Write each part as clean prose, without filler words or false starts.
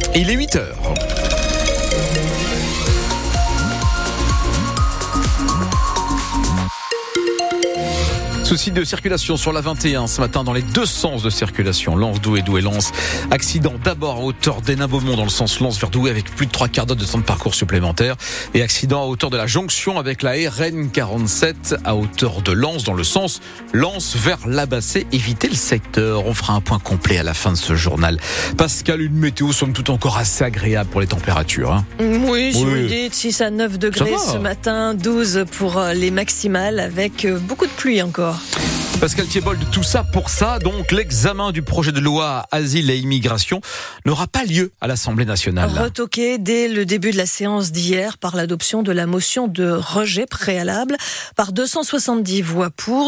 Il est 8h. Souci de circulation sur la 21 ce matin dans les deux sens de circulation. Lens-Douai, Douai-Lens. Accident d'abord à hauteur d'Hénin-Beaumont dans le sens Lens vers Douai avec plus de 3/4 d'heure de temps de parcours supplémentaire. Et accident à hauteur de la jonction avec la RN 47 à hauteur de Lens dans le sens Lens vers Labassé. Évitez le secteur. On fera un point complet à la fin de ce journal. Pascal, une météo somme toute encore assez agréable pour les températures. Hein. Oui, je vous le dis, 6 à 9 degrés ce matin, 12 pour les maximales avec beaucoup de pluie encore. Pascal Thiebold, tout ça pour ça, donc l'examen du projet de loi Asile et Immigration n'aura pas lieu à l'Assemblée nationale. Retoqué dès le début de la séance d'hier par l'adoption de la motion de rejet préalable par 270 voix pour,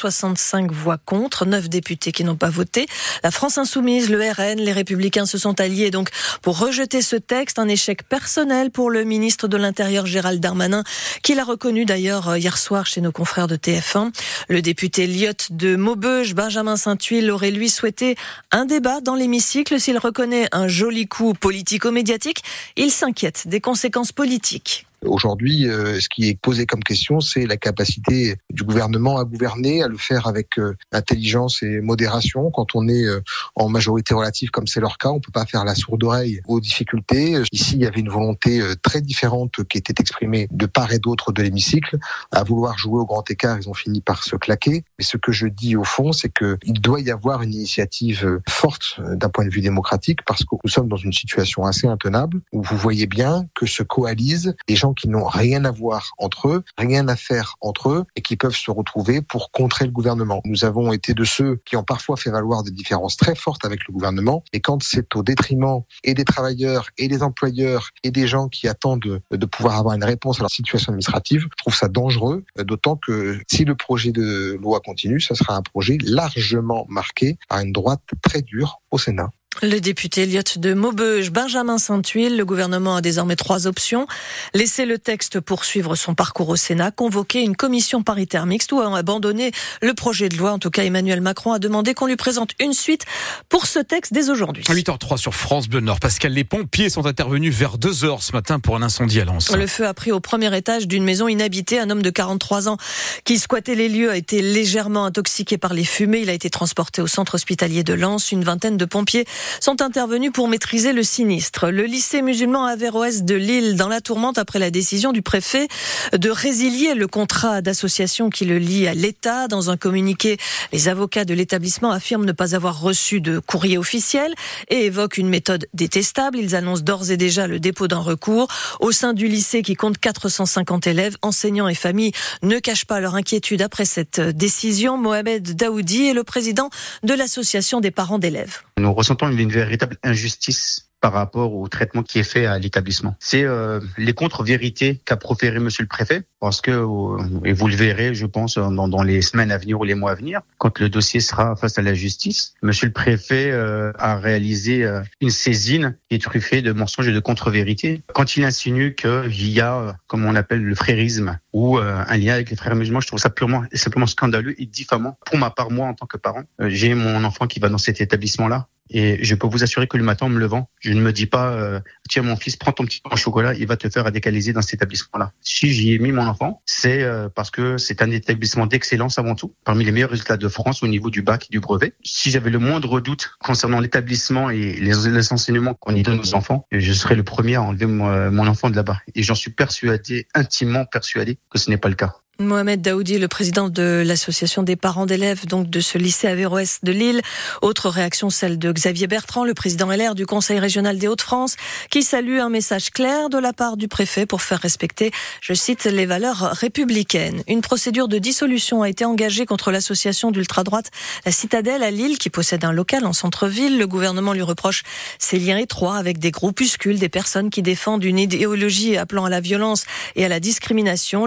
265 voix contre, 9 députés qui n'ont pas voté. La France Insoumise, le RN, les Républicains se sont alliés donc pour rejeter ce texte, un échec personnel pour le ministre de l'Intérieur Gérald Darmanin, qui l'a reconnu d'ailleurs hier soir chez nos confrères de TF1. Le député Lyotte de Maubeuge, Benjamin Saint-Huil, aurait lui souhaité un débat dans l'hémicycle. S'il reconnaît un joli coup politico-médiatique, il s'inquiète des conséquences politiques. Aujourd'hui, ce qui est posé comme question, c'est la capacité du gouvernement à gouverner, à le faire avec intelligence et modération. Quand on est en majorité relative, comme c'est leur cas, on peut pas faire la sourde oreille aux difficultés. Ici, il y avait une volonté très différente qui était exprimée de part et d'autre de l'hémicycle. À vouloir jouer au grand écart, ils ont fini par se claquer. Mais ce que je dis au fond, c'est que il doit y avoir une initiative forte d'un point de vue démocratique, parce que nous sommes dans une situation assez intenable où vous voyez bien que se coalisent des gens qui n'ont rien à voir entre eux, rien à faire entre eux, et qui peuvent se retrouver pour contrer le gouvernement. Nous avons été de ceux qui ont parfois fait valoir des différences très fortes avec le gouvernement, et quand c'est au détriment et des travailleurs et des employeurs et des gens qui attendent de pouvoir avoir une réponse à leur situation administrative, je trouve ça dangereux, d'autant que si le projet de loi continue, ce sera un projet largement marqué par une droite très dure au Sénat. Le député Lyotte de Maubeuge, Benjamin Saint-Huil, le gouvernement a désormais 3 options. Laisser le texte poursuivre son parcours au Sénat, convoquer une commission paritaire mixte ou abandonner le projet de loi. En tout cas, Emmanuel Macron a demandé qu'on lui présente une suite pour ce texte dès aujourd'hui. À 8h03 sur France Bleu Nord. Pascal, les pompiers sont intervenus vers 2h ce matin pour un incendie à Lens. Le feu a pris au premier étage d'une maison inhabitée. Un homme de 43 ans qui squattait les lieux a été légèrement intoxiqué par les fumées. Il a été transporté au centre hospitalier de Lens. Une vingtaine de pompiers sont intervenus pour maîtriser le sinistre. Le lycée musulman Averroès de Lille dans la tourmente après la décision du préfet de résilier le contrat d'association qui le lie à l'État. Dans un communiqué, les avocats de l'établissement affirment ne pas avoir reçu de courrier officiel et évoquent une méthode détestable. Ils annoncent d'ores et déjà le dépôt d'un recours. Au sein du lycée qui compte 450 élèves, enseignants et familles ne cachent pas leur inquiétude après cette décision. Mohamed Daoudi est le président de l'association des parents d'élèves. Nous ressentons une véritable injustice par rapport au traitement qui est fait à l'établissement. C'est les contre-vérités qu'a proféré monsieur le préfet, parce que, et vous le verrez, je pense, dans les semaines à venir ou les mois à venir, quand le dossier sera face à la justice, monsieur le préfet a réalisé une saisine qui est truffée de mensonges et de contre-vérités. Quand il insinue qu'il y a, comme on appelle le frérisme, ou un lien avec les frères musulmans, je trouve ça simplement scandaleux et diffamant. Pour ma part, moi, en tant que parent, j'ai mon enfant qui va dans cet établissement-là. Et je peux vous assurer que le matin, en me levant, je ne me dis pas tiens mon fils, prends ton petit pain au chocolat, il va te faire radicaliser dans cet établissement-là. Si j'y ai mis mon enfant, c'est parce que c'est un établissement d'excellence avant tout, parmi les meilleurs résultats de France au niveau du bac et du brevet. Si j'avais le moindre doute concernant l'établissement et les enseignements qu'on y donne aux enfants, je serais le premier à enlever mon enfant de là-bas. Et j'en suis persuadé, intimement persuadé, que ce n'est pas le cas. Mohamed Daoudi, le président de l'association des parents d'élèves donc de ce lycée Averroès de Lille. Autre réaction, celle de Xavier Bertrand, le président LR du Conseil régional des Hauts-de-France, qui salue un message clair de la part du préfet pour faire respecter, je cite, les valeurs républicaines. Une procédure de dissolution a été engagée contre l'association d'ultra-droite La Citadelle à Lille, qui possède un local en centre-ville. Le gouvernement lui reproche ses liens étroits avec des groupuscules, des personnes qui défendent une idéologie appelant à la violence et à la discrimination.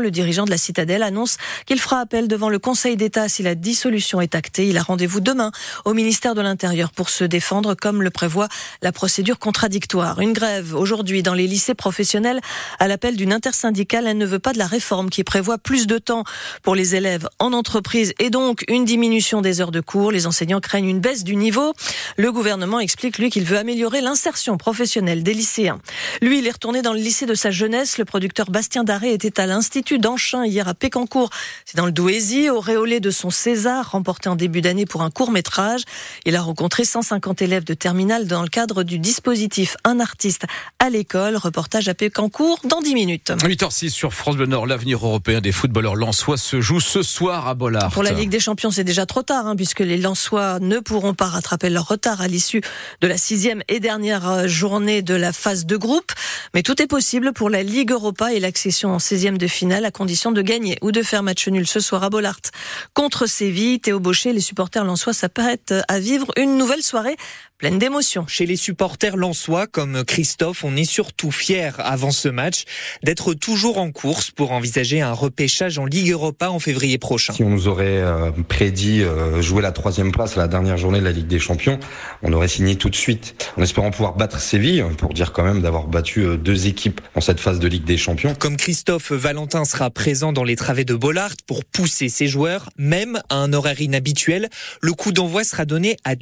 le dirigeant de la Citadelle annonce qu'il fera appel devant le Conseil d'État si la dissolution est actée. Il a rendez-vous demain au ministère de l'Intérieur pour se défendre comme le prévoit la procédure contradictoire. Une grève aujourd'hui dans les lycées professionnels à l'appel d'une intersyndicale. Elle ne veut pas de la réforme qui prévoit plus de temps pour les élèves en entreprise et donc une diminution des heures de cours. Les enseignants craignent une baisse du niveau. Le gouvernement explique, lui, qu'il veut améliorer l'insertion professionnelle des lycéens. Lui, il est retourné dans le lycée de sa jeunesse. Le producteur Bastien Darré était à l'Institut d'Anchin hier à Pécancourt. C'est dans le Douaisis, auréolé de son César, remporté en début d'année pour un court-métrage. Il a rencontré 150 élèves de terminale dans le cadre du dispositif Un artiste à l'école. Reportage à Pécancourt dans 10 minutes. 8h06 sur France Bleu Nord. L'avenir européen des footballeurs lensois se joue ce soir à Bollaert. Pour la Ligue des Champions, c'est déjà trop tard, puisque les Lensois ne pourront pas rattraper leur retard à l'issue de la 6e et dernière journée de la phase de groupe. Mais tout est possible pour la Ligue Europa et l'accession en 16e de finale à condition de gagner ou de faire match nul ce soir à Bollaert contre Séville. Théo Bauchet, les supporters lensois s'apprêtent à vivre une nouvelle soirée pleine d'émotions. Chez les supporters lensois comme Christophe, on est surtout fiers avant ce match d'être toujours en course pour envisager un repêchage en Ligue Europa en février prochain. Si on nous aurait prédit jouer la 3e place à la dernière journée de la Ligue des Champions, on aurait signé tout de suite, en espérant pouvoir battre Séville, pour dire quand même d'avoir battu 2 équipes dans cette phase de Ligue des Champions. Comme Christophe, Valentin sera présent dans les travées de Bollaert pour pousser ses joueurs, même à un horaire inhabituel. Le coup d'envoi sera donné à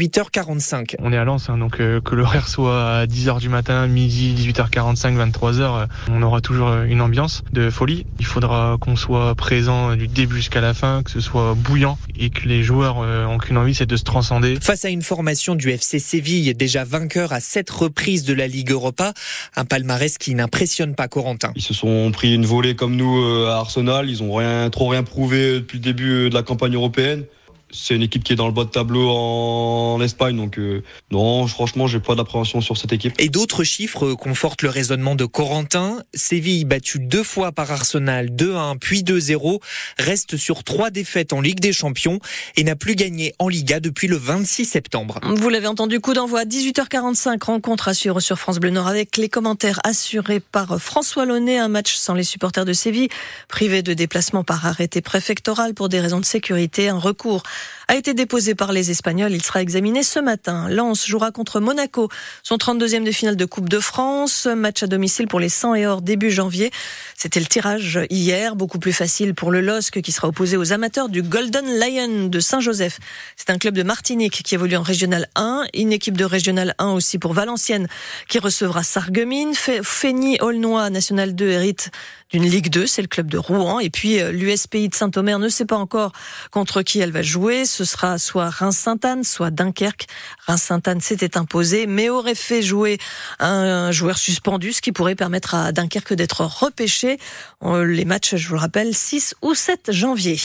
18h45. On est à Lens, donc que l'horaire soit à 10h du matin, midi, 18h45, 23h, on aura toujours une ambiance de folie. Il faudra qu'on soit présent du début jusqu'à la fin, que ce soit bouillant et que les joueurs ont qu'une envie, c'est de se transcender. Face à une formation du FC Séville, déjà vainqueur à 7 reprises de la Ligue Europa, un palmarès qui n'impressionne pas Corentin. Ils se sont pris une volée comme nous à Arsenal, ils ont rien prouvé depuis le début de la campagne européenne. C'est une équipe qui est dans le bas de tableau en Espagne, donc non, franchement, j'ai pas d'appréhension sur cette équipe. Et d'autres chiffres confortent le raisonnement de Corentin. Séville, battu 2 fois par Arsenal, 2-1 puis 2-0, reste sur 3 défaites en Ligue des Champions et n'a plus gagné en Liga depuis le 26 septembre. Vous l'avez entendu, coup d'envoi à 18h45, rencontre à suivre sur France Bleu Nord avec les commentaires assurés par François Launay. Un match sans les supporters de Séville, privé de déplacement par arrêté préfectoral pour des raisons de sécurité. Un recours a été déposé par les Espagnols. Il sera examiné ce matin. Lens jouera contre Monaco, son 32e de finale de Coupe de France. Match à domicile pour les 100 et or début janvier. C'était le tirage hier, beaucoup plus facile pour le LOSC qui sera opposé aux amateurs du Golden Lion de Saint-Joseph. C'est un club de Martinique qui évolue en Régional 1. Une équipe de Régional 1 aussi pour Valenciennes qui recevra Sarreguemines. Fény-Aulnois National 2 hérite d'une Ligue 2, c'est le club de Rouen. Et puis l'USPI de Saint-Omer ne sait pas encore contre qui elle va jouer. Ce sera soit Reims-Sainte-Anne, soit Dunkerque. Reims-Sainte-Anne s'était imposé, mais aurait fait jouer un joueur suspendu, ce qui pourrait permettre à Dunkerque d'être repêché. Les matchs, je vous le rappelle, 6 ou 7 janvier.